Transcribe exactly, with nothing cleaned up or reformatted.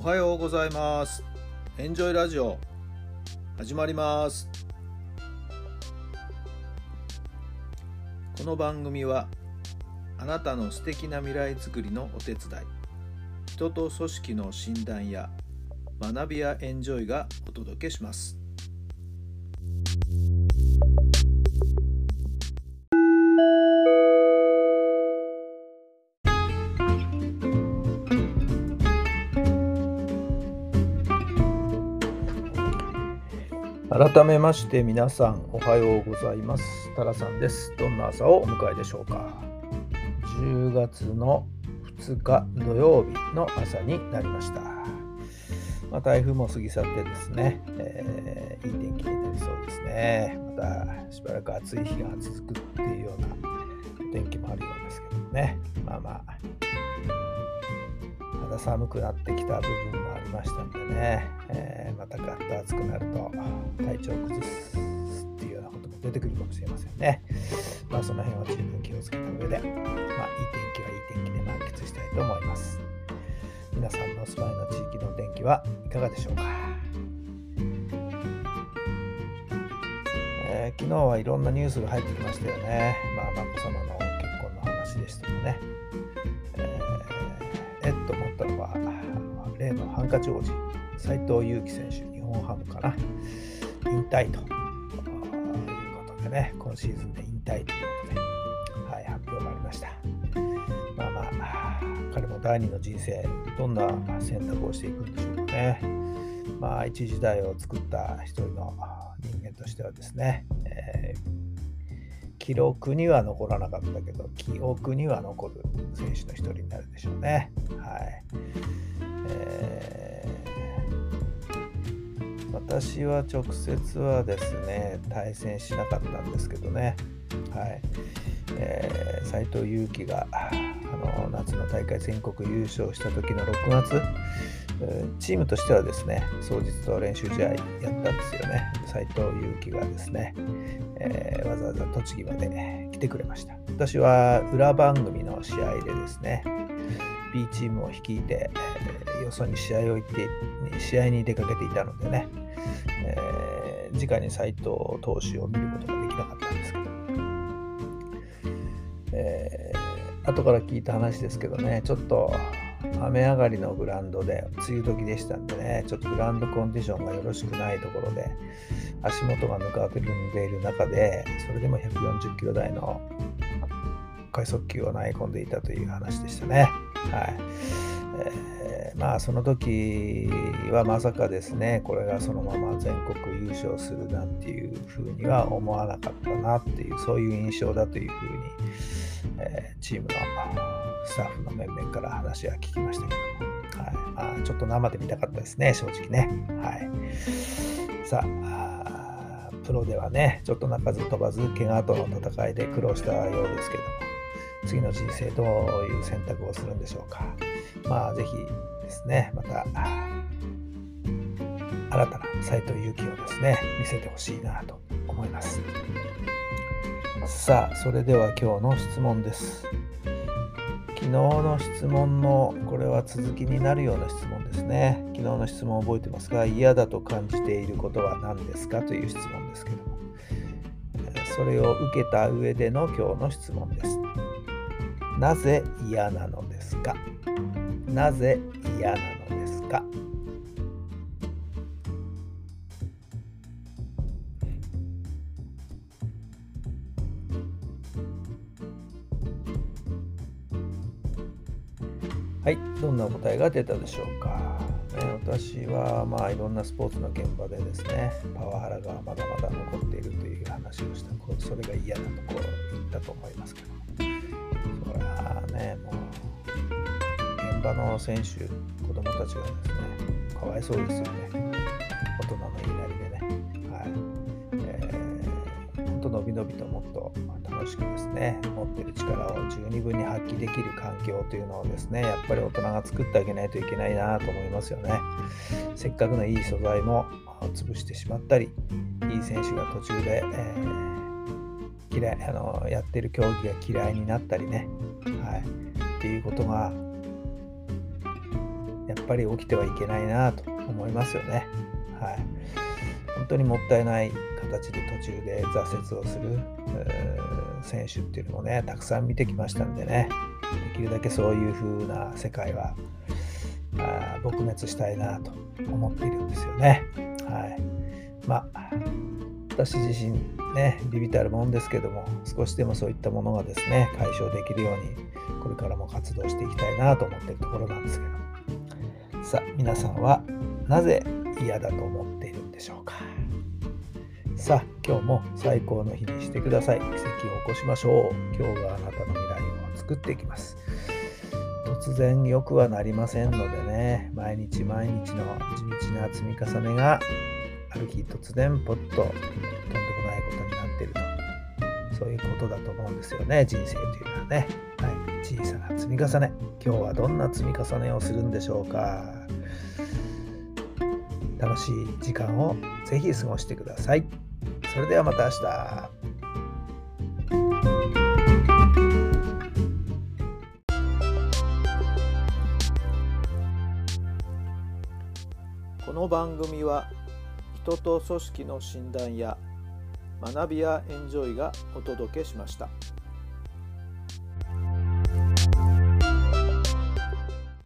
おはようございます。エンジョイラジオ始まります。この番組はあなたの素敵な未来づくりのお手伝い、人と組織の診断や学びやエンジョイがお届けします。改めまして皆さんおはようございます。タラさんです。どんな朝をお迎えでしょうか。じゅうがつのふつか土曜日の朝になりました。まあ、台風も過ぎ去ってですね、えー、いい天気になりそうですね。またしばらく暑い日が続くっていうようなお天気もあるようですけどもね。まあまあ肌寒くなってきた部分もありましたんでね、えー、またガッと暑くなると体調を崩すっていうようなことも出てくるかもしれませんね。まあその辺は十分気をつけた上で、まあいい天気はいい天気で満喫したいと思います。皆さんのお住まいの地域の天気はいかがでしょうか。えー、昨日はいろんなニュースが入ってきましたよね。まあ眞子さまの結婚の話でしたね。えっと思ったのは例のハンカチ王子斉藤佑樹選手、日本ハムかな、引退ということでね、今シーズンで引退ということで、はい、発表がありました。まあまあ彼も第二の人生、どんな選択をしていくんでしょうかね。まあ一時代を作った一人の人間としてはですね、えー記録には残らなかったけど記憶には残る選手の一人になるでしょうね。はい、えー、私は直接はですね対戦しなかったんですけどね、はいえー、斉藤佑樹があの夏の大会全国優勝した時のろくがつ、チームとしてはですね双日と練習試合やったんですよね。斉藤佑樹がですね、えー、わざわざ栃木まで来てくれました。私は裏番組の試合でですね B チームを率いて、えー、よそに試合を行って試合に出かけていたのでね、えー、直に斉藤投手を見ることができなかったんですけど、えー、後から聞いた話ですけどね、ちょっと雨上がりのグラウンドで梅雨時でしたんでね、ちょっとグラウンドコンディションがよろしくないところで足元がぬかるんでいる中で、それでもひゃくよんじゅっキロ台の快速球を投げ込んでいたという話でしたね。はいえー、まあその時はまさかですね、これがそのまま全国優勝するなんていうふうには思わなかったなっていう、そういう印象だというふうに、えー、チームのスタッフの面々から話は聞きましたけども、はいまあ、ちょっと生で見たかったですね、正直ね。はい、さあ、プロではね、ちょっと鳴かず飛ばず怪我との戦いで苦労したようですけども、次の人生どういう選択をするんでしょうか。まあぜひですね、また新たな斉藤佑樹をですね見せてほしいなと思います。さあ、それでは今日の質問です。昨日の質問のこれは続きになるような質問ですね。昨日の質問を覚えてますが、嫌だと感じていることは何ですかという質問ですけども、それを受けた上での今日の質問です。なぜ嫌なのですか？なぜ嫌なのですか？はい、どんな答えが出たでしょうか。ね、私はまあいろんなスポーツの現場でですね、パワハラがまだまだ残っているという話をした、それが嫌だとこう言ったと思いますけど、それはね、もう現場の選手、子供たちがですね、かわいそうですよね。大人の言いなりでね、はいえー、本当のびのびともっと楽しくですね、持っている力を十二分に発揮できる環境というのをですね、やっぱり大人が作ってあげないといけないなと思いますよね。せっかくのいい素材も潰してしまったり、いい選手が途中で、えー、嫌いあのやってる競技が嫌いになったりね、はい、っていうことがやっぱり起きてはいけないなと思いますよね。はい。本当にもったいない形で途中で挫折をする選手っていうのもね、たくさん見てきましたんでね、できるだけそういう風な世界はあ撲滅したいなと思っているんですよね。はい。まあ私自身ね、微々たるもんですけども、少しでもそういったものがですね、解消できるようにこれからも活動していきたいなと思っているところなんですけど、さあ皆さんはなぜ嫌だと思っているんでしょうか。さあ今日も最高の日にしてください。奇跡を起こしましょう。今日があなたの未来を作っていきます。突然良くはなりませんのでね、毎日毎日の地道な積み重ねがある日突然ポッととんでもないことになっていると、そういうことだと思うんですよね。人生というのはね、はい、小さな積み重ね。今日はどんな積み重ねをするんでしょうか。楽しい時間をぜひ過ごしてください。それではまた明日。この番組は人と組織の診断や学びやエンジョイがお届けしました。